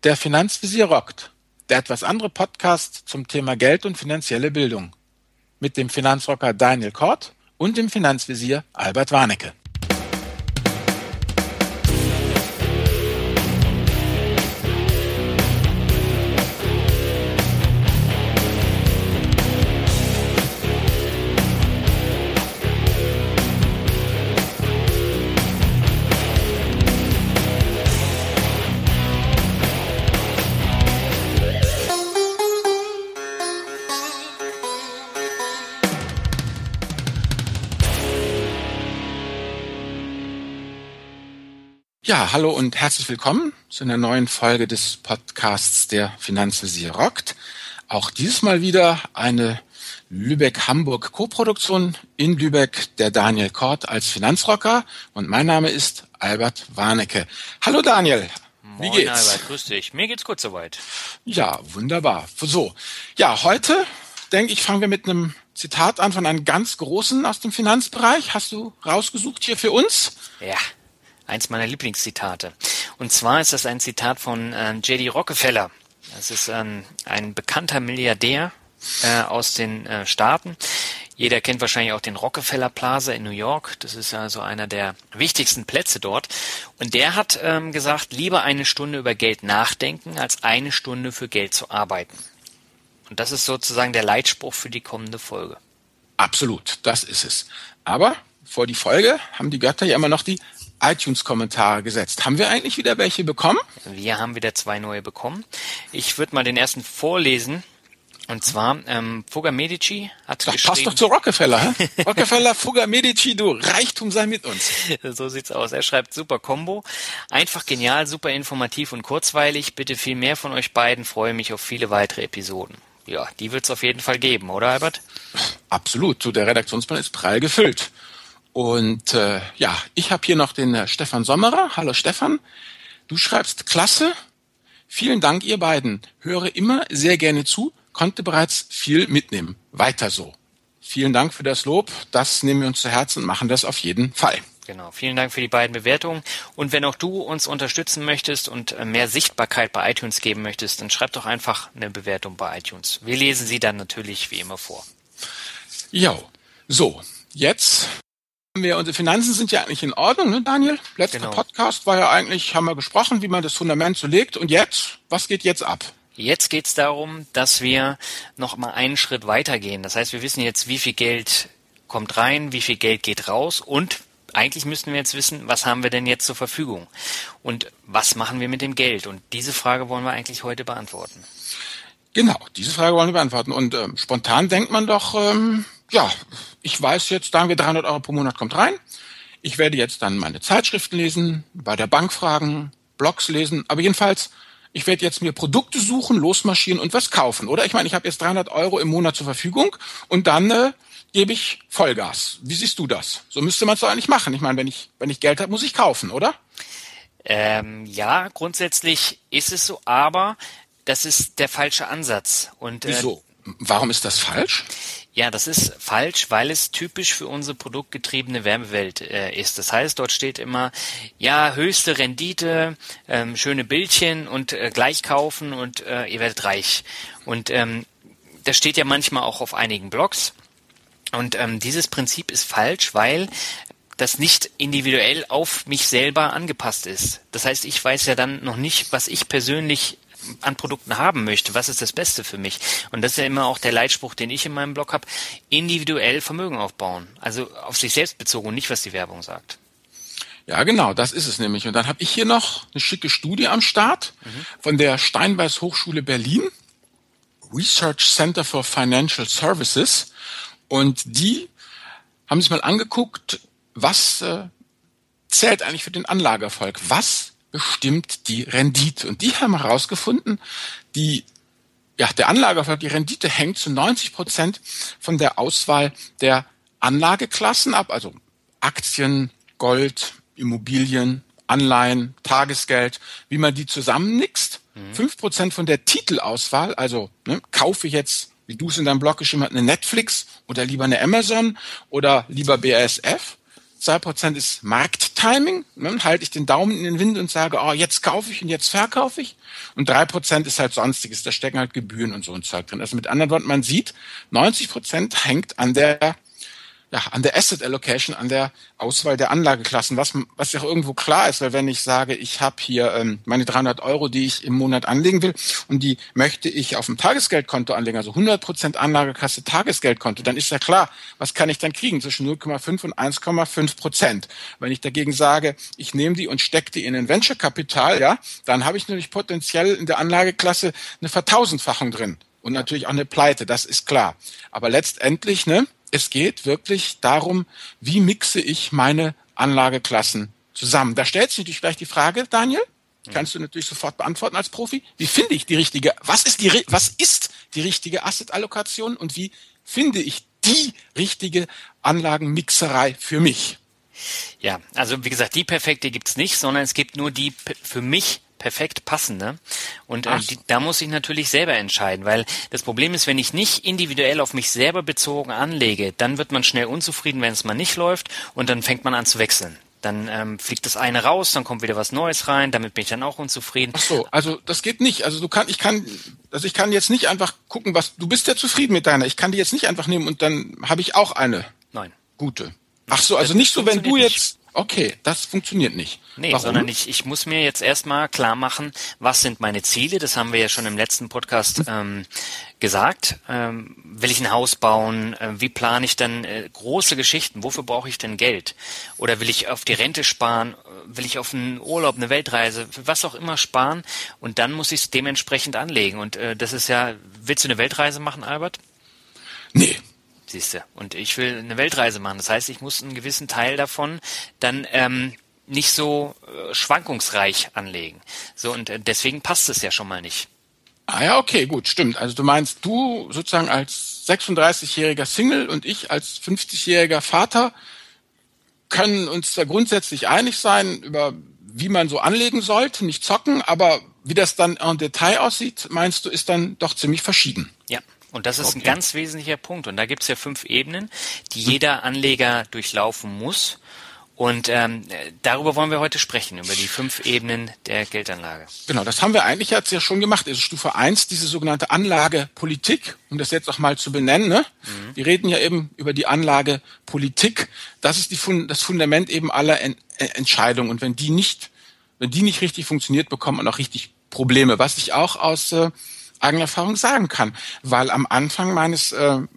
Der Finanzvisier rockt, der etwas andere Podcast zum Thema Geld und finanzielle Bildung. Mit dem Finanzrocker Daniel Kort und dem Finanzvisier Albert Warnecke. Ja, hallo und herzlich willkommen zu einer neuen Folge des Podcasts Der Finanzvisier rockt. Auch dieses Mal wieder eine Lübeck-Hamburg-Koproduktion. In Lübeck der Daniel Kort als Finanzrocker und mein Name ist Albert Warnecke. Hallo Daniel, wie geht's? Moin Albert, grüß dich. Mir geht's gut soweit. Ja, wunderbar. So, ja, heute denke ich, fangen wir mit einem Zitat an von einem ganz Großen aus dem Finanzbereich. Hast du rausgesucht hier für uns? Ja. Eins meiner Lieblingszitate. Und zwar ist das ein Zitat von J.D. Rockefeller. Das ist ein bekannter Milliardär aus den Staaten. Jeder kennt wahrscheinlich auch den Rockefeller Plaza in New York. Das ist also einer der wichtigsten Plätze dort. Und der hat gesagt, lieber eine Stunde über Geld nachdenken, als eine Stunde für Geld zu arbeiten. Und das ist sozusagen der Leitspruch für die kommende Folge. Absolut, das ist es. Aber vor die Folge haben die Götter ja immer noch die iTunes-Kommentare gesetzt. Haben wir eigentlich wieder welche bekommen? Wir haben wieder 2 neue bekommen. Ich würde mal den ersten vorlesen. Und zwar, Fugger Medici hat geschrieben... Das passt doch zu Rockefeller, hä? Rockefeller, Fugger Medici, du, Reichtum sei mit uns. So sieht's aus. Er schreibt, super Kombo. Einfach genial, super informativ und kurzweilig. Bitte viel mehr von euch beiden. Freue mich auf viele weitere Episoden. Ja, die wird's auf jeden Fall geben, oder Albert? Absolut. So, der Redaktionsplan ist prall gefüllt. Und ja, ich habe hier noch den Stefan Sommerer. Hallo Stefan, du schreibst klasse. Vielen Dank ihr beiden. Höre immer sehr gerne zu, konnte bereits viel mitnehmen. Weiter so. Vielen Dank für das Lob. Das nehmen wir uns zu Herzen und machen das auf jeden Fall. Genau, vielen Dank für die beiden Bewertungen. Und wenn auch du uns unterstützen möchtest und mehr Sichtbarkeit bei iTunes geben möchtest, dann schreib doch einfach eine Bewertung bei iTunes. Wir lesen sie dann natürlich wie immer vor. Jo, so, jetzt... Unsere Finanzen sind ja eigentlich in Ordnung, ne, Daniel? Letzter Podcast war ja eigentlich, haben wir gesprochen, wie man das Fundament so legt. Und jetzt? Was geht jetzt ab? Jetzt geht's darum, dass wir noch mal einen Schritt weitergehen. Das heißt, wir wissen jetzt, wie viel Geld kommt rein, wie viel Geld geht raus und eigentlich müssten wir jetzt wissen, was haben wir denn jetzt zur Verfügung? Und was machen wir mit dem Geld? Und diese Frage wollen wir eigentlich heute beantworten. Genau, diese Frage wollen wir beantworten. Und spontan denkt man doch, ja, ich weiß jetzt, sagen wir 300 Euro pro Monat kommt rein. Ich werde jetzt dann meine Zeitschriften lesen, bei der Bank fragen, Blogs lesen. Aber jedenfalls, ich werde jetzt mir Produkte suchen, losmarschieren und was kaufen, oder? Ich meine, ich habe jetzt 300 Euro im Monat zur Verfügung und dann gebe ich Vollgas. Wie siehst du das? So müsste man es doch eigentlich machen. Ich meine, wenn ich Geld habe, muss ich kaufen, oder? Ja, grundsätzlich ist es so, aber das ist der falsche Ansatz. Und wieso? Warum ist das falsch? Ja, das ist falsch, weil es typisch für unsere produktgetriebene Werbewelt ist. Das heißt, dort steht immer, ja, höchste Rendite, schöne Bildchen und gleich kaufen und ihr werdet reich. Und das steht ja manchmal auch auf einigen Blogs. Und dieses Prinzip ist falsch, weil das nicht individuell auf mich selber angepasst ist. Das heißt, ich weiß ja dann noch nicht, was ich persönlich an Produkten haben möchte. Was ist das Beste für mich? Und das ist ja immer auch der Leitspruch, den ich in meinem Blog habe. Individuell Vermögen aufbauen. Also auf sich selbst bezogen und nicht, was die Werbung sagt. Ja, genau, das ist es nämlich. Und dann habe ich hier noch eine schicke Studie am Start von der Steinbeis Hochschule Berlin, Research Center for Financial Services. Und die haben sich mal angeguckt, was zählt eigentlich für den Anlageerfolg? Was bestimmt die Rendite? Und die haben herausgefunden, der Anlageerfolg, die Rendite hängt zu 90% von der Auswahl der Anlageklassen ab, also Aktien, Gold, Immobilien, Anleihen, Tagesgeld, wie man die zusammennixt. 5% von der Titelauswahl, also kaufe ich jetzt, wie du es in deinem Blog geschrieben hast, eine Netflix oder lieber eine Amazon oder lieber BASF. 2% ist Markttiming. Dann halte ich den Daumen in den Wind und sage, oh, jetzt kaufe ich und jetzt verkaufe ich. Und 3% ist halt Sonstiges. Da stecken halt Gebühren und so ein Zeug drin. Also mit anderen Worten, man sieht, 90% hängt an der Asset Allocation, an der Auswahl der Anlageklassen, was ja auch irgendwo klar ist, weil wenn ich sage, ich habe hier meine 300 Euro, die ich im Monat anlegen will und die möchte ich auf dem Tagesgeldkonto anlegen, also 100% Anlageklasse Tagesgeldkonto, dann ist ja klar, was kann ich dann kriegen? Zwischen 0,5 und 1,5%. Wenn ich dagegen sage, ich nehme die und stecke die in ein Venture-Kapital, ja, dann habe ich natürlich potenziell in der Anlageklasse eine Vertausendfachung drin und natürlich auch eine Pleite, das ist klar. Aber letztendlich, es geht wirklich darum, wie mixe ich meine Anlageklassen zusammen. Da stellt sich natürlich gleich die Frage, Daniel, kannst du natürlich sofort beantworten als Profi, wie finde ich was ist die richtige Asset-Allokation und wie finde ich die richtige Anlagenmixerei für mich? Ja, also wie gesagt, die perfekte gibt's nicht, sondern es gibt nur die für mich perfekt passende. Und da muss ich natürlich selber entscheiden, weil das Problem ist, wenn ich nicht individuell auf mich selber bezogen anlege, dann wird man schnell unzufrieden, wenn es mal nicht läuft und dann fängt man an zu wechseln. Dann fliegt das eine raus, dann kommt wieder was Neues rein, damit bin ich dann auch unzufrieden. Ach so, also das geht nicht. Also ich kann jetzt nicht einfach gucken, du bist ja zufrieden mit deiner. Ich kann die jetzt nicht einfach nehmen und dann habe ich auch eine. Nein. Gute. Ach so, also nicht so, wenn du jetzt... Okay, das funktioniert nicht. Nee, warum? Sondern ich muss mir jetzt erstmal klar machen, was sind meine Ziele? Das haben wir ja schon im letzten Podcast gesagt. Will ich ein Haus bauen? Wie plane ich dann große Geschichten? Wofür brauche ich denn Geld? Oder will ich auf die Rente sparen? Will ich auf einen Urlaub, eine Weltreise, für was auch immer sparen? Und dann muss ich es dementsprechend anlegen. Und das ist ja, willst du eine Weltreise machen, Albert? Nee. Siehst du. Und ich will eine Weltreise machen. Das heißt, ich muss einen gewissen Teil davon dann nicht so schwankungsreich anlegen. So, und deswegen passt es ja schon mal nicht. Ah ja, okay, gut, stimmt. Also du meinst, du sozusagen als 36-jähriger Single und ich als 50-jähriger Vater können uns da grundsätzlich einig sein über, wie man so anlegen sollte, nicht zocken, aber wie das dann en Detail aussieht, meinst du, ist dann doch ziemlich verschieden. Ja. Und das ist ein ganz wesentlicher Punkt. Und da gibt es ja 5 Ebenen, die jeder Anleger durchlaufen muss. Und darüber wollen wir heute sprechen, über die 5 Ebenen der Geldanlage. Genau, das haben wir eigentlich jetzt ja schon gemacht. Also Stufe 1, diese sogenannte Anlagepolitik, um das jetzt auch mal zu benennen. Ne? Wir reden ja eben über die Anlagepolitik. Das ist das Fundament eben aller Entscheidungen. Und wenn die nicht richtig funktioniert, bekommt man auch richtig Probleme. Was ich auch aus Eigenerfahrung sagen kann, weil am Anfang meines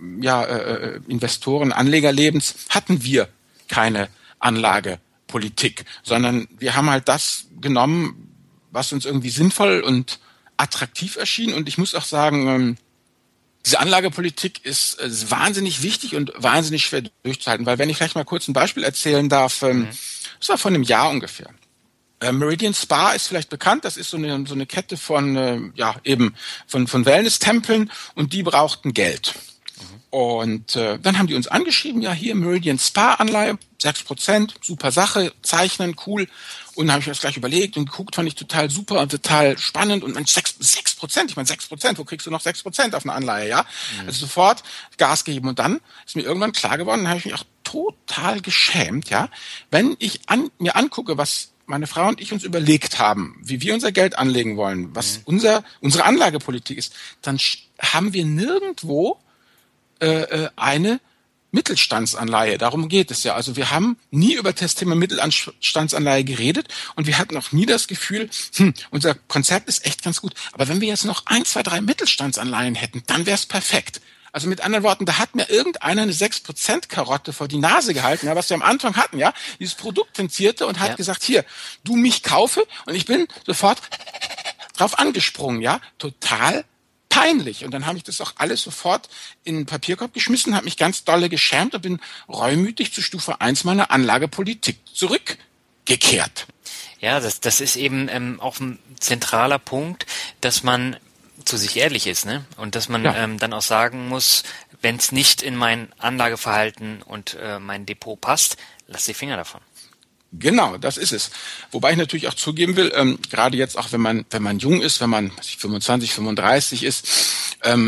Investoren-Anlegerlebens hatten wir keine Anlagepolitik, sondern wir haben halt das genommen, was uns irgendwie sinnvoll und attraktiv erschien. Und ich muss auch sagen, diese Anlagepolitik ist wahnsinnig wichtig und wahnsinnig schwer durchzuhalten, weil wenn ich vielleicht mal kurz ein Beispiel erzählen darf, das war vor einem Jahr ungefähr. Meridian Spa ist vielleicht bekannt, das ist so eine Kette von von Wellness-Tempeln und die brauchten Geld. Und dann haben die uns angeschrieben, ja hier Meridian Spa Anleihe, 6%, super Sache, zeichnen, cool. Und dann habe ich mir das gleich überlegt und geguckt, fand ich total super und total spannend. Und 6%, ich meine 6%, wo kriegst du noch 6% auf eine Anleihe, ja? Also sofort Gas geben. Und dann ist mir irgendwann klar geworden, dann habe ich mich auch total geschämt, ja, wenn ich mir angucke, was meine Frau und ich uns überlegt haben, wie wir unser Geld anlegen wollen, was unsere Anlagepolitik ist, dann haben wir nirgendwo eine Mittelstandsanleihe. Darum geht es ja. Also wir haben nie über das Thema Mittelstandsanleihe geredet und wir hatten auch nie das Gefühl, unser Konzept ist echt ganz gut. Aber wenn wir jetzt noch 1, 2, 3 Mittelstandsanleihen hätten, dann wäre es perfekt. Also mit anderen Worten, da hat mir irgendeiner eine 6% Karotte vor die Nase gehalten, ja, was wir am Anfang hatten, ja, dieses Produkt finanzierte und hat gesagt, hier, du mich kaufe, und ich bin sofort drauf angesprungen, ja, total peinlich. Und dann habe ich das auch alles sofort in den Papierkorb geschmissen, habe mich ganz dolle geschämt und bin reumütig zu Stufe 1 meiner Anlagepolitik zurückgekehrt. Ja, das ist eben auch ein zentraler Punkt, dass man zu sich ehrlich ist, ne? Und dass man dann auch sagen muss, wenn es nicht in mein Anlageverhalten und mein Depot passt, lass die Finger davon. Genau, das ist es. Wobei ich natürlich auch zugeben will, gerade jetzt auch, wenn man jung ist, wenn man 25, 35 ist,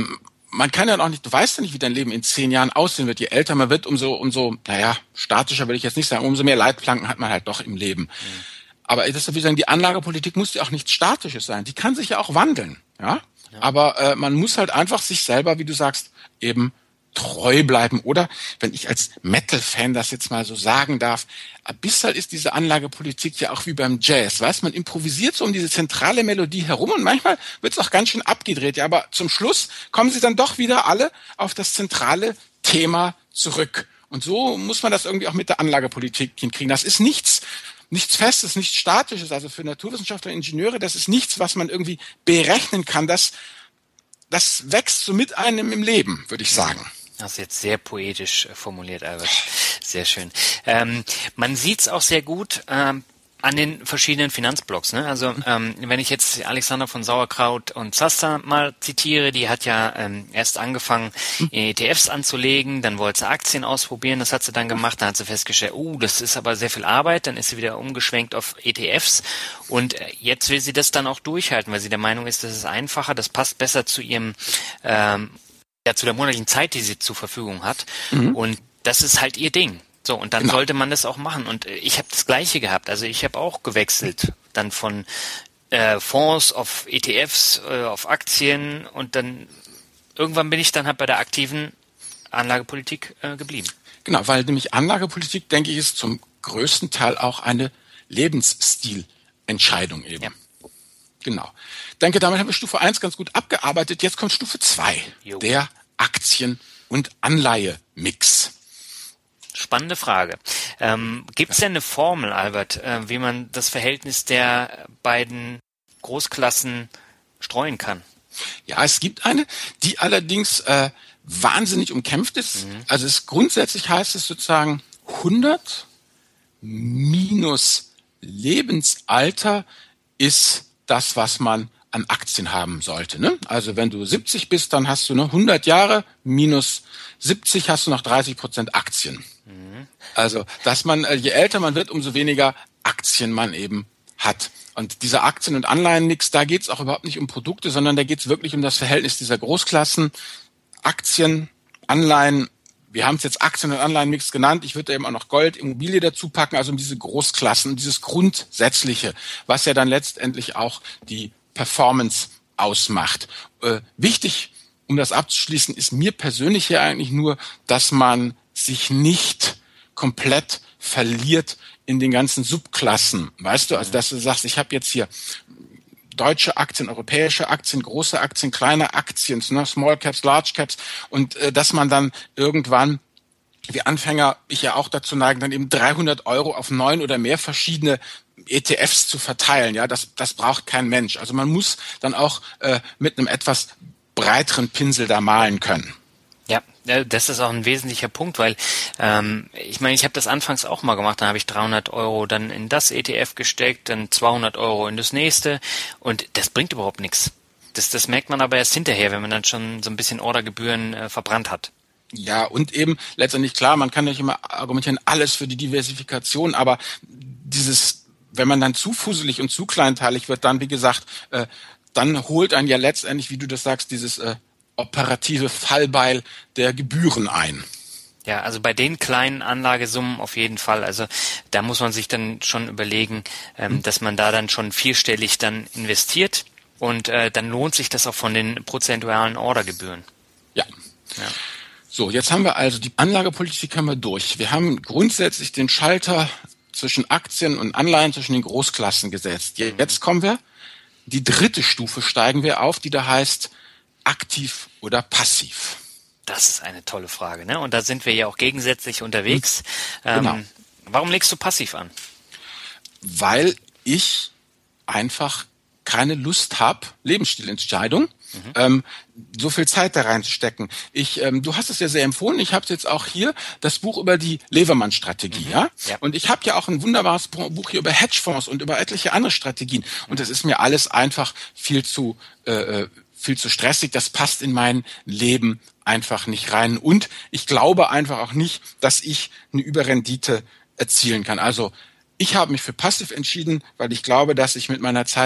man kann ja auch nicht, du weißt ja nicht, wie dein Leben in 10 Jahren aussehen wird. Je älter man wird, umso, statischer will ich jetzt nicht sagen, umso mehr Leitplanken hat man halt doch im Leben. Aber das ist, wie sagen, die Anlagepolitik muss ja auch nichts Statisches sein. Die kann sich ja auch wandeln, ja. Aber man muss halt einfach sich selber, wie du sagst, eben treu bleiben. Oder, wenn ich als Metal-Fan das jetzt mal so sagen darf, ein bisschen ist diese Anlagepolitik ja auch wie beim Jazz. Weißt, man improvisiert so um diese zentrale Melodie herum und manchmal wird es auch ganz schön abgedreht. Ja, aber zum Schluss kommen sie dann doch wieder alle auf das zentrale Thema zurück. Und so muss man das irgendwie auch mit der Anlagepolitik hinkriegen. Das ist nichts Festes, nichts Statisches. Also für Naturwissenschaftler und Ingenieure, das ist nichts, was man irgendwie berechnen kann. Das wächst so mit einem im Leben, würde ich sagen. Das ist jetzt sehr poetisch formuliert, Albert. Sehr schön. Man sieht's auch sehr gut an den verschiedenen Finanzblocks. Ne? Also wenn ich jetzt Alexander von Sauerkraut und Zaster mal zitiere, die hat ja erst angefangen, ETFs anzulegen, dann wollte sie Aktien ausprobieren, das hat sie dann gemacht, dann hat sie festgestellt, das ist aber sehr viel Arbeit, dann ist sie wieder umgeschwenkt auf ETFs und jetzt will sie das dann auch durchhalten, weil sie der Meinung ist, das ist einfacher, das passt besser zu ihrem zu der monatlichen Zeit, die sie zur Verfügung hat. Und das ist halt ihr Ding. So, und dann sollte man das auch machen. Und ich habe das Gleiche gehabt. Also ich habe auch gewechselt dann von Fonds auf ETFs, auf Aktien und dann irgendwann bin ich dann halt bei der aktiven Anlagepolitik geblieben. Genau, weil nämlich Anlagepolitik, denke ich, ist zum größten Teil auch eine Lebensstilentscheidung eben. Ja. Genau. Ich denke, damit haben wir Stufe 1 ganz gut abgearbeitet. Jetzt kommt Stufe 2, der Aktien- und Anleihe-Mix. Spannende Frage. Gibt es denn eine Formel, Albert, wie man das Verhältnis der beiden Großklassen streuen kann? Ja, es gibt eine, die allerdings wahnsinnig umkämpft ist. Also grundsätzlich heißt es sozusagen 100 minus Lebensalter ist das, was man an Aktien haben sollte. Ne? Also wenn du 70 bist, dann hast du 100 Jahre minus 70 hast du noch 30% Aktien. Also, dass man, je älter man wird, umso weniger Aktien man eben hat. Und dieser Aktien- und Anleihenmix, da geht's auch überhaupt nicht um Produkte, sondern da geht's wirklich um das Verhältnis dieser Großklassen, Aktien, Anleihen. Wir haben es jetzt Aktien- und Anleihenmix genannt. Ich würde eben auch noch Gold, Immobilie dazu packen, also um diese Großklassen, dieses Grundsätzliche, was ja dann letztendlich auch die Performance ausmacht. Wichtig, um das abzuschließen, ist mir persönlich hier eigentlich nur, dass man sich nicht komplett verliert in den ganzen Subklassen. Weißt du, also dass du sagst, ich habe jetzt hier deutsche Aktien, europäische Aktien, große Aktien, kleine Aktien, Small Caps, Large Caps und dass man dann irgendwann, wie Anfänger, ich ja auch dazu neigen, dann eben 300 € auf 9 oder mehr verschiedene ETFs zu verteilen. Ja, das braucht kein Mensch. Also man muss dann auch mit einem etwas breiteren Pinsel da malen können. Ja, das ist auch ein wesentlicher Punkt, weil ich meine, ich habe das anfangs auch mal gemacht, dann habe ich 300 € dann in das ETF gesteckt, dann 200 € in das nächste und das bringt überhaupt nichts. Das merkt man aber erst hinterher, wenn man dann schon so ein bisschen Ordergebühren verbrannt hat. Ja, und eben letztendlich klar, man kann nicht immer argumentieren, alles für die Diversifikation, aber wenn man dann zu fusselig und zu kleinteilig wird, dann, wie gesagt, dann holt einen ja letztendlich, wie du das sagst, dieses operative Fallbeil der Gebühren ein. Ja, also bei den kleinen Anlagesummen auf jeden Fall. Also da muss man sich dann schon überlegen, dass man da dann schon vierstellig dann investiert und dann lohnt sich das auch von den prozentualen Ordergebühren. Ja. So, jetzt haben wir also die Anlagepolitik haben wir durch. Wir haben grundsätzlich den Schalter zwischen Aktien und Anleihen zwischen den Großklassen gesetzt. Jetzt kommen wir, die dritte Stufe steigen wir auf, die da heißt aktiv oder passiv. Das ist eine tolle Frage, ne? Und da sind wir ja auch gegensätzlich unterwegs. Genau. Warum legst du passiv an? Weil ich einfach keine Lust habe, Lebensstilentscheidung, so viel Zeit da reinzustecken. Du hast es ja sehr empfohlen, ich habe jetzt auch hier, das Buch über die Levermann-Strategie, ja? Und ich habe ja auch ein wunderbares Buch hier über Hedgefonds und über etliche andere Strategien. Und das ist mir alles einfach viel zu stressig, das passt in mein Leben einfach nicht rein. Und ich glaube einfach auch nicht, dass ich eine Überrendite erzielen kann. Also ich habe mich für passiv entschieden, weil ich glaube, dass ich mit meiner Zeit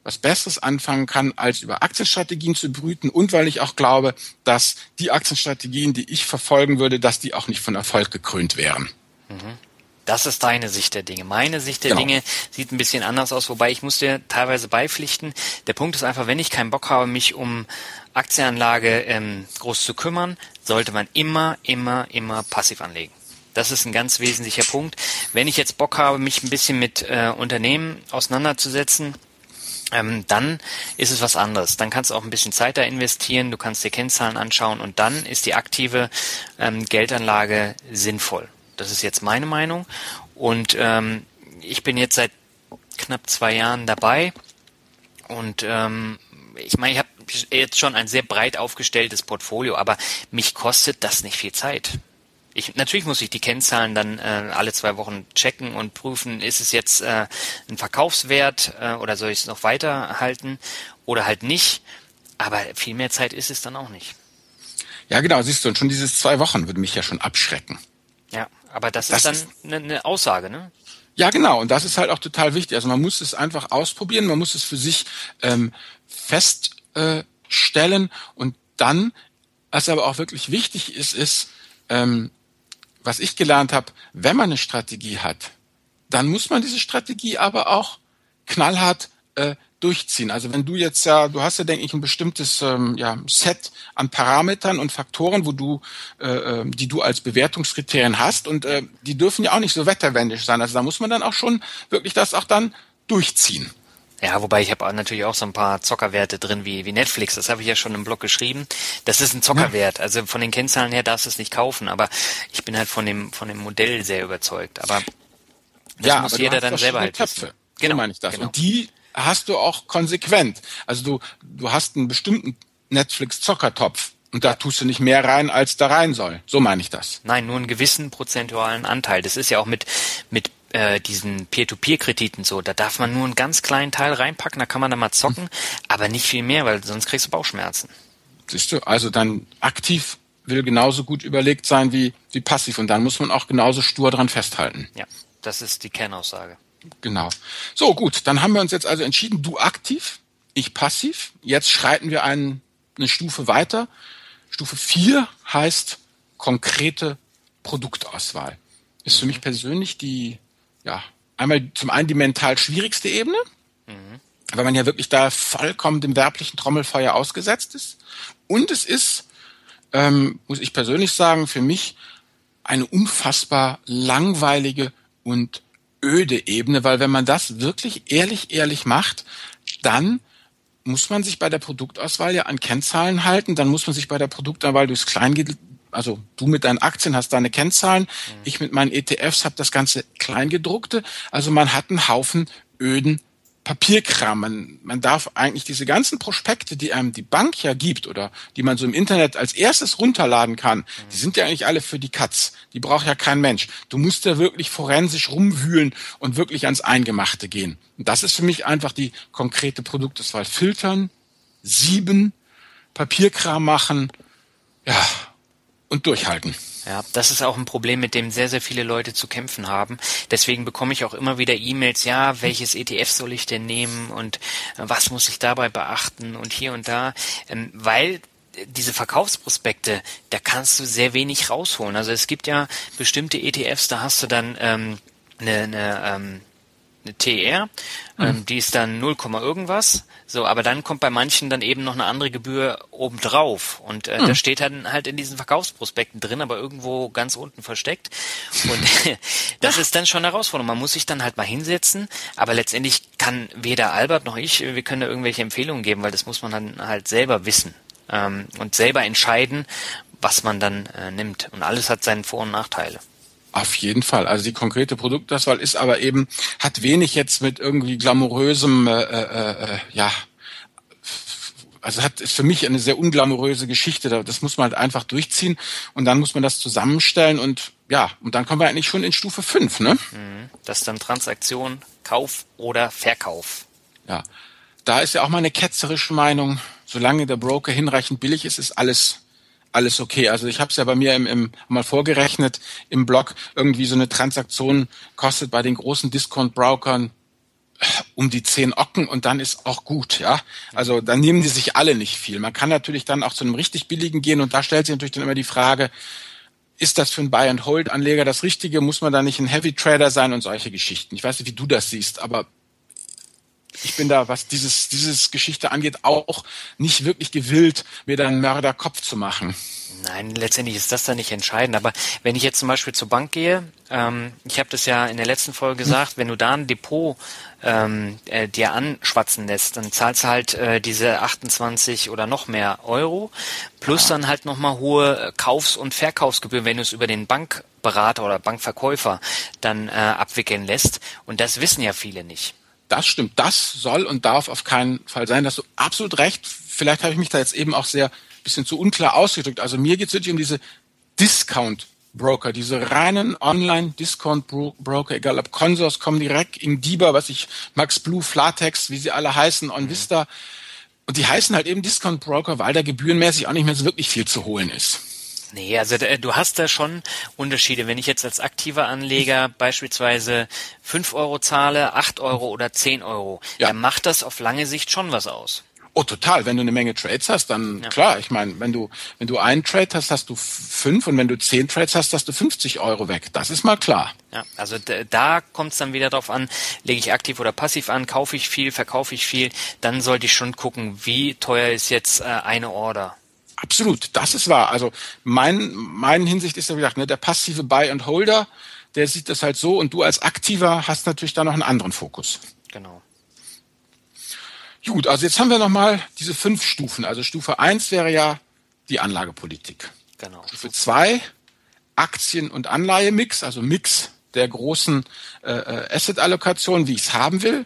was Besseres anfangen kann, als über Aktienstrategien zu brüten und weil ich auch glaube, dass die Aktienstrategien, die ich verfolgen würde, dass die auch nicht von Erfolg gekrönt wären. Das ist deine Sicht der Dinge. Meine Sicht der Dinge sieht ein bisschen anders aus, wobei ich muss dir teilweise beipflichten. Der Punkt ist einfach, wenn ich keinen Bock habe, mich um Aktienanlage groß zu kümmern, sollte man immer passiv anlegen. Das ist ein ganz wesentlicher Punkt. Wenn ich jetzt Bock habe, mich ein bisschen mit Unternehmen auseinanderzusetzen, dann ist es was anderes. Dann kannst du auch ein bisschen Zeit da investieren, du kannst dir Kennzahlen anschauen und dann ist die aktive Geldanlage sinnvoll. Das ist jetzt meine Meinung und ich bin jetzt seit knapp 2 Jahren dabei und ich meine, ich habe jetzt schon ein sehr breit aufgestelltes Portfolio, aber mich kostet das nicht viel Zeit. Natürlich muss ich die Kennzahlen dann alle 2 Wochen checken und prüfen, ist es jetzt ein Verkaufswert oder soll ich es noch weiterhalten oder halt nicht. Aber viel mehr Zeit ist es dann auch nicht. Ja, genau, siehst du, und schon dieses 2 Wochen würde mich ja schon abschrecken. Ja, aber das ist dann eine Aussage, ne? Ja, genau, und das ist halt auch total wichtig. Also man muss es einfach ausprobieren, man muss es für sich feststellen und dann, was aber auch wirklich wichtig ist, was ich gelernt habe, wenn man eine Strategie hat, dann muss man diese Strategie aber auch knallhart durchziehen. Also wenn du jetzt du hast ja, denke ich, ein bestimmtes Set an Parametern und Faktoren, wo du, die du als Bewertungskriterien hast und die dürfen ja auch nicht so wetterwendisch sein. Also da muss man dann auch schon wirklich das auch dann durchziehen. Ja, wobei ich habe natürlich auch so ein paar Zockerwerte drin wie Netflix. Das habe ich ja schon im Blog geschrieben. Das ist ein Zockerwert. Also von den Kennzahlen her darfst du es nicht kaufen. Aber ich bin halt von dem Modell sehr überzeugt. Aber das muss jeder dann selber halt wissen. Genau, so meine ich das. Genau. Und die hast du auch konsequent. Also du hast einen bestimmten Netflix-Zockertopf. Und da tust du nicht mehr rein, als da rein soll. So meine ich das. Nein, nur einen gewissen prozentualen Anteil. Das ist ja auch mit diesen Peer-to-Peer-Krediten so. Da darf man nur einen ganz kleinen Teil reinpacken, da kann man dann mal zocken, aber nicht viel mehr, weil sonst kriegst du Bauchschmerzen. Siehst du, also dann aktiv will genauso gut überlegt sein wie passiv. Und dann muss man auch genauso stur dran festhalten. Ja, das ist die Kernaussage. Genau. So, gut, dann haben wir uns jetzt also entschieden, du aktiv, ich passiv. Jetzt schreiten wir eine Stufe weiter. Stufe 4 heißt konkrete Produktauswahl. Ist für mich persönlich einmal zum einen die mental schwierigste Ebene, weil man ja wirklich da vollkommen dem werblichen Trommelfeuer ausgesetzt ist. Und es ist, muss ich persönlich sagen, für mich eine unfassbar langweilige und öde Ebene, weil wenn man das wirklich ehrlich macht, dann muss man sich bei der Produktauswahl ja an Kennzahlen halten, dann muss man sich bei der Produktauswahl durchs Kleingedruckte, also du mit deinen Aktien hast deine Kennzahlen, ich mit meinen ETFs habe das ganze Kleingedruckte, also man hat einen Haufen öden Papierkram. Man darf eigentlich diese ganzen Prospekte, die einem die Bank ja gibt oder die man so im Internet als erstes runterladen kann, die sind ja eigentlich alle für die Katz. Die braucht ja kein Mensch. Du musst da wirklich forensisch rumwühlen und wirklich ans Eingemachte gehen. Und das ist für mich einfach die konkrete Produktauswahl. Filtern, sieben, Papierkram machen, und durchhalten. Ja, das ist auch ein Problem, mit dem sehr, sehr viele Leute zu kämpfen haben. Deswegen bekomme ich auch immer wieder E-Mails, welches ETF soll ich denn nehmen und was muss ich dabei beachten und hier und da, weil diese Verkaufsprospekte, da kannst du sehr wenig rausholen. Also es gibt ja bestimmte ETFs, da hast du dann eine TR, die ist dann 0, irgendwas, so, aber dann kommt bei manchen dann eben noch eine andere Gebühr obendrauf und da steht dann halt in diesen Verkaufsprospekten drin, aber irgendwo ganz unten versteckt und das ist dann schon eine Herausforderung. Man muss sich dann halt mal hinsetzen, aber letztendlich kann weder Albert noch ich, wir können da irgendwelche Empfehlungen geben, weil das muss man dann halt selber wissen und selber entscheiden, was man dann nimmt und alles hat seine Vor- und Nachteile. Auf jeden Fall. Also die konkrete Produktauswahl ist aber eben, hat wenig jetzt mit irgendwie glamourösem, ist für mich eine sehr unglamouröse Geschichte. Das muss man halt einfach durchziehen und dann muss man das zusammenstellen und dann kommen wir eigentlich schon in Stufe 5, ne? Das ist dann Transaktion, Kauf oder Verkauf. Ja, da ist ja auch meine ketzerische Meinung, solange der Broker hinreichend billig ist, ist alles okay. Also ich habe es ja bei mir mal vorgerechnet im Blog, irgendwie so eine Transaktion kostet bei den großen Discount-Brokern um die 10 Ocken und dann ist auch gut, ja. Also dann nehmen die sich alle nicht viel. Man kann natürlich dann auch zu einem richtig billigen gehen und da stellt sich natürlich dann immer die Frage, ist das für einen Buy-and-Hold-Anleger das Richtige? Muss man da nicht ein Heavy-Trader sein und solche Geschichten? Ich weiß nicht, wie du das siehst, aber ich bin da, was dieses Geschichte angeht, auch nicht wirklich gewillt, mir da einen Mörderkopf zu machen. Nein, letztendlich ist das da nicht entscheidend. Aber wenn ich jetzt zum Beispiel zur Bank gehe, ich habe das ja in der letzten Folge gesagt, wenn du da ein Depot dir anschwatzen lässt, dann zahlst du halt diese 28 oder noch mehr Euro plus dann halt nochmal hohe Kaufs- und Verkaufsgebühren, wenn du es über den Bankberater oder Bankverkäufer dann abwickeln lässt. Und das wissen ja viele nicht. Das stimmt. Das soll und darf auf keinen Fall sein. Da hast du absolut recht. Vielleicht habe ich mich da jetzt eben auch sehr bisschen zu unklar ausgedrückt. Also mir geht es wirklich um diese Discount-Broker, diese reinen Online-Discount-Broker, egal ob Consors, Comdirect, Ingdiba, Max Blue, Flatex, wie sie alle heißen, OnVista. Und die heißen halt eben Discount-Broker, weil da gebührenmäßig auch nicht mehr so wirklich viel zu holen ist. Nee, also du hast da schon Unterschiede. Wenn ich jetzt als aktiver Anleger beispielsweise 5 Euro zahle, 8 Euro oder 10 Euro, dann macht das auf lange Sicht schon was aus. Oh, total. Wenn du eine Menge Trades hast, dann klar. Ich meine, wenn du einen Trade hast, hast du 5 und wenn du 10 Trades hast, hast du 50 Euro weg. Das ist mal klar. Ja, also da kommt es dann wieder drauf an, lege ich aktiv oder passiv an, kaufe ich viel, verkaufe ich viel, dann sollte ich schon gucken, wie teuer ist jetzt eine Order. Absolut, das ist wahr. Also meine Hinsicht ist ja, wie gesagt, der passive Buy and Holder, der sieht das halt so und du als Aktiver hast natürlich da noch einen anderen Fokus. Genau. Gut, also jetzt haben wir nochmal diese 5 Stufen. Also Stufe 1 wäre ja die Anlagepolitik. Genau. Stufe 2, Aktien- und Anleihemix, also Mix der großen Asset-Allokation, wie ich es haben will.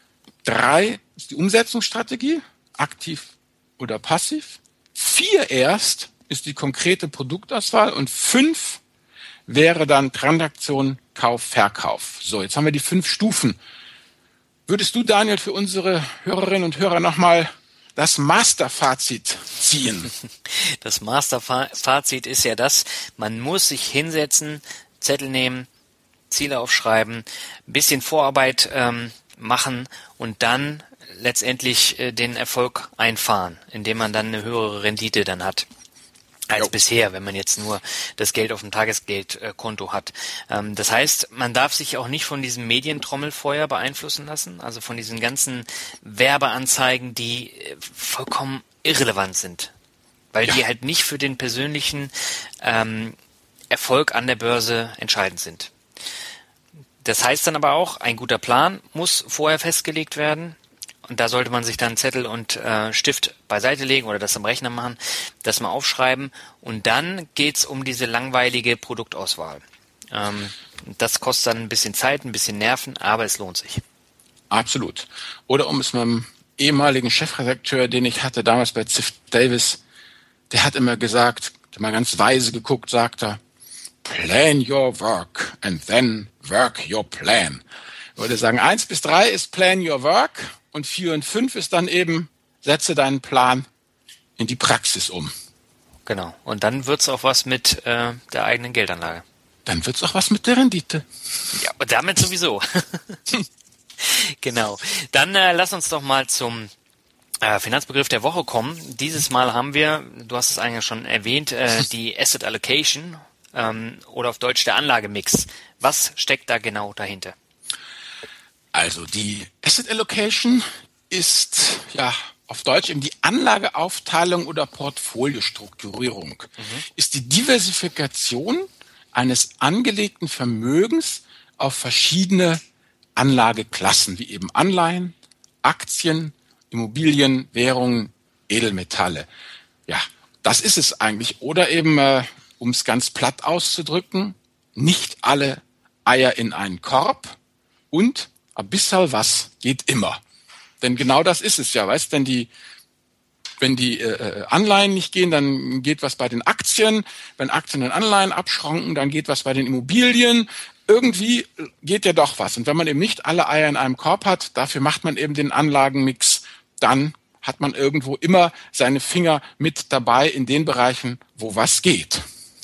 3 ist die Umsetzungsstrategie, aktiv oder passiv. 4 erst ist die konkrete Produktauswahl und 5 wäre dann Transaktion, Kauf, Verkauf. So, jetzt haben wir die 5 Stufen. Würdest du, Daniel, für unsere Hörerinnen und Hörer nochmal das Masterfazit ziehen? Das Masterfazit ist ja das, man muss sich hinsetzen, Zettel nehmen, Ziele aufschreiben, ein bisschen Vorarbeit machen und dann letztendlich den Erfolg einfahren, indem man dann eine höhere Rendite dann hat als bisher, wenn man jetzt nur das Geld auf dem Tagesgeldkonto hat. Das heißt, man darf sich auch nicht von diesem Medientrommelfeuer beeinflussen lassen, also von diesen ganzen Werbeanzeigen, die vollkommen irrelevant sind, weil die halt nicht für den persönlichen Erfolg an der Börse entscheidend sind. Das heißt dann aber auch, ein guter Plan muss vorher festgelegt werden. Und da sollte man sich dann Zettel und Stift beiseite legen oder das am Rechner machen, das mal aufschreiben. Und dann geht's um diese langweilige Produktauswahl. Das kostet dann ein bisschen Zeit, ein bisschen Nerven, aber es lohnt sich. Absolut. Oder um es meinem ehemaligen Chefredakteur, den ich hatte damals bei Ziff Davis, der hat immer gesagt, der mal ganz weise geguckt, sagt er, plan your work and then work your plan. Ich würde sagen, 1 bis 3 ist plan your work. Und 4 und 5 ist dann eben, setze deinen Plan in die Praxis um. Genau. Und dann wird's auch was mit der eigenen Geldanlage. Dann wird's auch was mit der Rendite. Ja, und damit sowieso. Genau. Dann lass uns doch mal zum Finanzbegriff der Woche kommen. Dieses Mal haben wir, du hast es eigentlich schon erwähnt, die Asset Allocation oder auf Deutsch der Anlagemix. Was steckt da genau dahinter? Also die Asset Allocation ist ja auf Deutsch eben die Anlageaufteilung oder Portfoliostrukturierung. Ist die Diversifikation eines angelegten Vermögens auf verschiedene Anlageklassen, wie eben Anleihen, Aktien, Immobilien, Währungen, Edelmetalle. Ja, das ist es eigentlich. Oder eben, um es ganz platt auszudrücken, nicht alle Eier in einen Korb und ein bisschen was geht immer. Denn genau das ist es ja, weißt, wenn die Anleihen nicht gehen, dann geht was bei den Aktien. Wenn Aktien und Anleihen abschranken, dann geht was bei den Immobilien. Irgendwie geht ja doch was. Und wenn man eben nicht alle Eier in einem Korb hat, dafür macht man eben den Anlagenmix, dann hat man irgendwo immer seine Finger mit dabei in den Bereichen, wo was geht. Ja,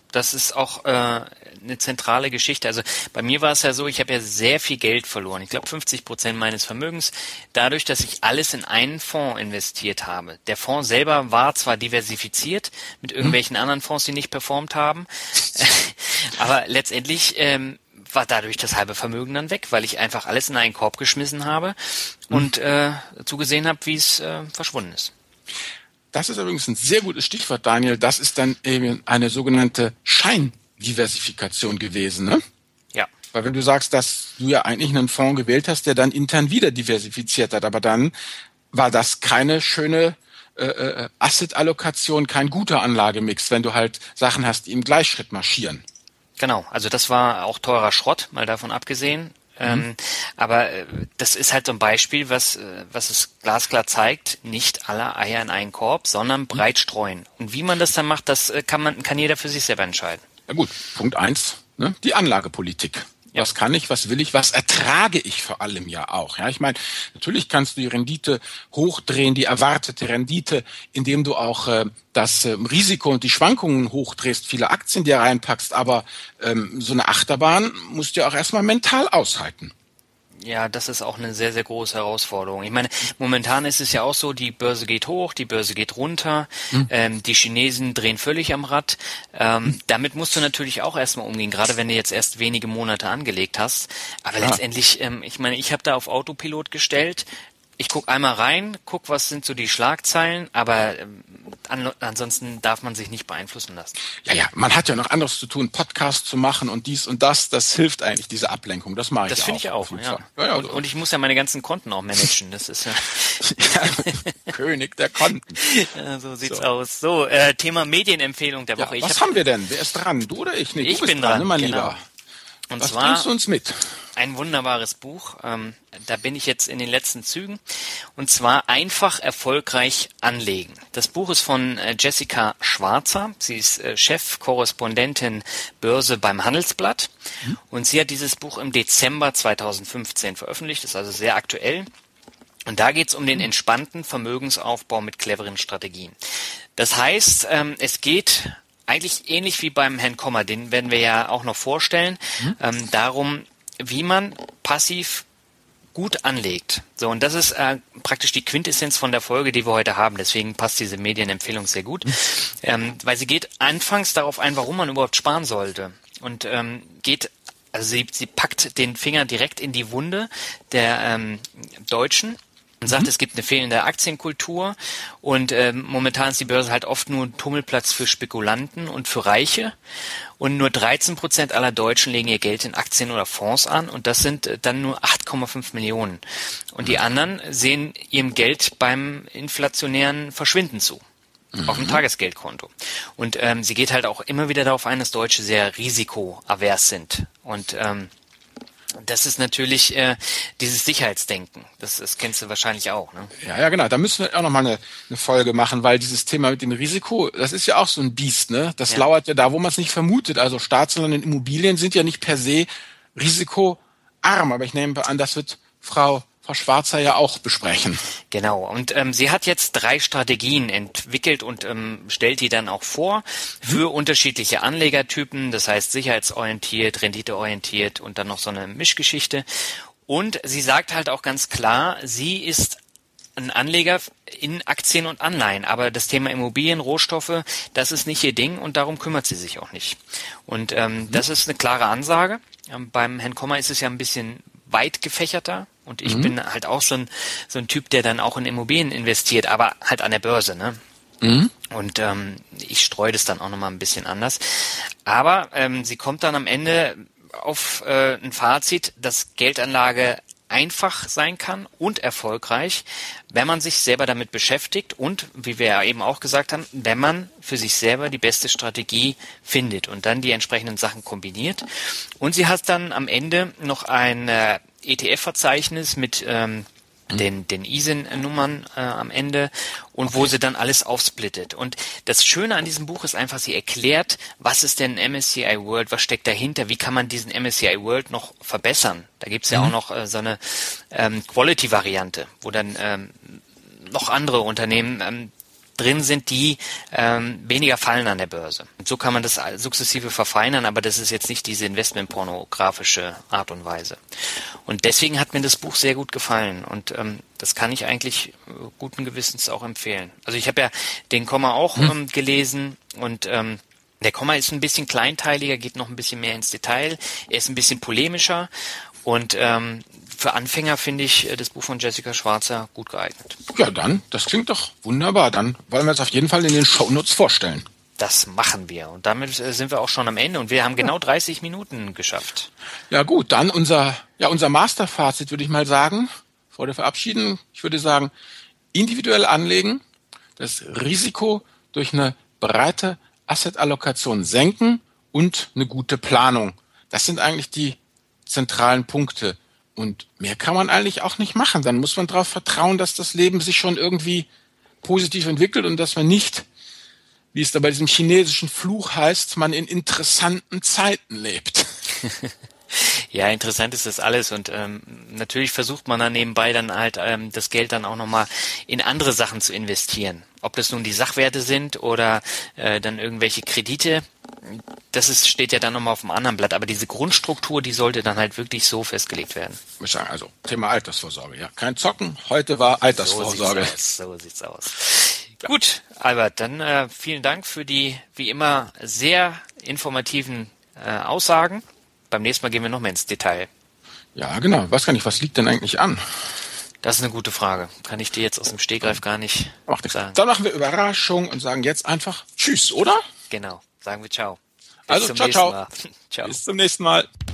Das ist auch eine zentrale Geschichte. Also bei mir war es ja so, ich habe ja sehr viel Geld verloren. Ich glaube 50% meines Vermögens, dadurch, dass ich alles in einen Fonds investiert habe. Der Fonds selber war zwar diversifiziert mit irgendwelchen anderen Fonds, die nicht performt haben, aber letztendlich war dadurch das halbe Vermögen dann weg, weil ich einfach alles in einen Korb geschmissen habe und zugesehen habe, wie es verschwunden ist. Das ist übrigens ein sehr gutes Stichwort, Daniel. Das ist dann eben eine sogenannte Scheindiversifikation gewesen, ne? Ja. Weil wenn du sagst, dass du ja eigentlich einen Fonds gewählt hast, der dann intern wieder diversifiziert hat, aber dann war das keine schöne Asset-Allokation, kein guter Anlagemix, wenn du halt Sachen hast, die im Gleichschritt marschieren. Genau, also das war auch teurer Schrott, mal davon abgesehen. Aber das ist halt so ein Beispiel, was es glasklar zeigt, nicht alle Eier in einen Korb, sondern breit streuen. Und wie man das dann macht, das kann jeder für sich selber entscheiden. Ja gut, Punkt 1, ne? Die Anlagepolitik. Ja. Was kann ich, was will ich, was ertrage ich vor allem ja auch. Ja, ich meine, natürlich kannst du die Rendite hochdrehen, die erwartete Rendite, indem du auch das Risiko und die Schwankungen hochdrehst, viele Aktien dir reinpackst, aber so eine Achterbahn musst du ja auch erstmal mental aushalten. Ja, das ist auch eine sehr, sehr große Herausforderung. Ich meine, momentan ist es ja auch so, die Börse geht hoch, die Börse geht runter, die Chinesen drehen völlig am Rad. Damit musst du natürlich auch erstmal umgehen, gerade wenn du jetzt erst wenige Monate angelegt hast. Aber letztendlich, ich meine, ich habe da auf Autopilot gestellt. Ich guck einmal rein, guck, was sind so die Schlagzeilen, aber ansonsten darf man sich nicht beeinflussen lassen. Ja, man hat ja noch anderes zu tun, Podcast zu machen und dies und das hilft eigentlich, diese Ablenkung. Das mache ich auch. Das finde ich auch, ja. Ja, und ich muss ja meine ganzen Konten auch managen, das ist ja... König der Konten. Ja, so sieht's aus. So, Thema Medienempfehlung der Woche. Was haben wir denn? Wer ist dran? Du oder ich? Nee, ich du bist bin dran, mein genau. Lieber. Und was zwar bringst du uns mit? Ein wunderbares Buch. Da bin ich jetzt in den letzten Zügen. Und zwar Einfach erfolgreich anlegen. Das Buch ist von Jessica Schwarzer. Sie ist Chefkorrespondentin Börse beim Handelsblatt. Und sie hat dieses Buch im Dezember 2015 veröffentlicht. Das ist also sehr aktuell. Und da geht's um den entspannten Vermögensaufbau mit cleveren Strategien. Das heißt, es geht eigentlich ähnlich wie beim Herrn Kommer, den werden wir ja auch noch vorstellen, darum, wie man passiv gut anlegt. So, und das ist praktisch die Quintessenz von der Folge, die wir heute haben. Deswegen passt diese Medienempfehlung sehr gut, weil sie geht anfangs darauf ein, warum man überhaupt sparen sollte. Und sie packt den Finger direkt in die Wunde der Deutschen und sagt, es gibt eine fehlende Aktienkultur und momentan ist die Börse halt oft nur ein Tummelplatz für Spekulanten und für Reiche und nur 13% aller Deutschen legen ihr Geld in Aktien oder Fonds an und das sind dann nur 8,5 Millionen. Und die anderen sehen ihrem Geld beim inflationären Verschwinden zu. Auf dem Tagesgeldkonto. Und sie geht halt auch immer wieder darauf ein, dass Deutsche sehr risikoavers sind. Und das ist natürlich dieses Sicherheitsdenken. Das kennst du wahrscheinlich auch, ne? Ja, genau. Da müssen wir auch nochmal eine Folge machen, weil dieses Thema mit dem Risiko, das ist ja auch so ein Biest, ne? Das lauert ja da, wo man es nicht vermutet. Also Staatsanleihen und Immobilien sind ja nicht per se risikoarm. Aber ich nehme an, das wird Frau Schwarzer ja auch besprechen. Genau. Und sie hat jetzt 3 Strategien entwickelt und stellt die dann auch vor für unterschiedliche Anlegertypen. Das heißt sicherheitsorientiert, renditeorientiert und dann noch so eine Mischgeschichte. Und sie sagt halt auch ganz klar, sie ist ein Anleger in Aktien und Anleihen, aber das Thema Immobilien, Rohstoffe, das ist nicht ihr Ding und darum kümmert sie sich auch nicht. Und das ist eine klare Ansage. Beim Herrn Kommer ist es ja ein bisschen weit gefächerter und ich bin halt auch so ein Typ, der dann auch in Immobilien investiert, aber halt an der Börse, ne? Und ich streue das dann auch nochmal ein bisschen anders. Aber sie kommt dann am Ende auf ein Fazit, dass Geldanlage einfach sein kann und erfolgreich, wenn man sich selber damit beschäftigt und, wie wir ja eben auch gesagt haben, wenn man für sich selber die beste Strategie findet und dann die entsprechenden Sachen kombiniert. Und sie hat dann am Ende noch ein ETF-Verzeichnis mit den ISIN-Nummern am Ende und wo sie dann alles aufsplittet. Und das Schöne an diesem Buch ist einfach, sie erklärt, was ist denn MSCI World, was steckt dahinter, wie kann man diesen MSCI World noch verbessern. Da gibt's ja auch noch so eine Quality-Variante, wo dann noch andere Unternehmen drin sind, die weniger fallen an der Börse. Und so kann man das sukzessive verfeinern, aber das ist jetzt nicht diese investmentpornografische Art und Weise. Und deswegen hat mir das Buch sehr gut gefallen und das kann ich eigentlich guten Gewissens auch empfehlen. Also ich habe ja den Komma auch gelesen und der Komma ist ein bisschen kleinteiliger, geht noch ein bisschen mehr ins Detail, er ist ein bisschen polemischer und für Anfänger finde ich das Buch von Jessica Schwarzer gut geeignet. Ja, dann, das klingt doch wunderbar. Dann wollen wir es auf jeden Fall in den Shownotes vorstellen. Das machen wir. Und damit sind wir auch schon am Ende. Und wir haben genau 30 Minuten geschafft. Ja gut, dann unser Masterfazit würde ich mal sagen, vor der Verabschiedung. Ich würde sagen, individuell anlegen, das Risiko durch eine breite Assetallokation senken und eine gute Planung. Das sind eigentlich die zentralen Punkte. Und mehr kann man eigentlich auch nicht machen. Dann muss man darauf vertrauen, dass das Leben sich schon irgendwie positiv entwickelt und dass man nicht, wie es da bei diesem chinesischen Fluch heißt, man in interessanten Zeiten lebt. Ja, interessant ist das alles und natürlich versucht man dann nebenbei dann halt das Geld dann auch nochmal in andere Sachen zu investieren. Ob das nun die Sachwerte sind oder dann irgendwelche Kredite, das steht ja dann nochmal auf dem anderen Blatt. Aber diese Grundstruktur, die sollte dann halt wirklich so festgelegt werden. Ich sage also, Thema Altersvorsorge, ja. Kein Zocken, heute war Altersvorsorge. So sieht's aus. Gut, Albert, dann vielen Dank für die, wie immer, sehr informativen Aussagen. Beim nächsten Mal gehen wir noch mehr ins Detail. Ja, genau. Weiß gar nicht, was liegt denn eigentlich an? Das ist eine gute Frage. Kann ich dir jetzt aus dem Stegreif gar nicht sagen. Dann machen wir Überraschung und sagen jetzt einfach Tschüss, oder? Genau. Sagen wir Ciao. Also, ciao. Ciao. Bis zum nächsten Mal.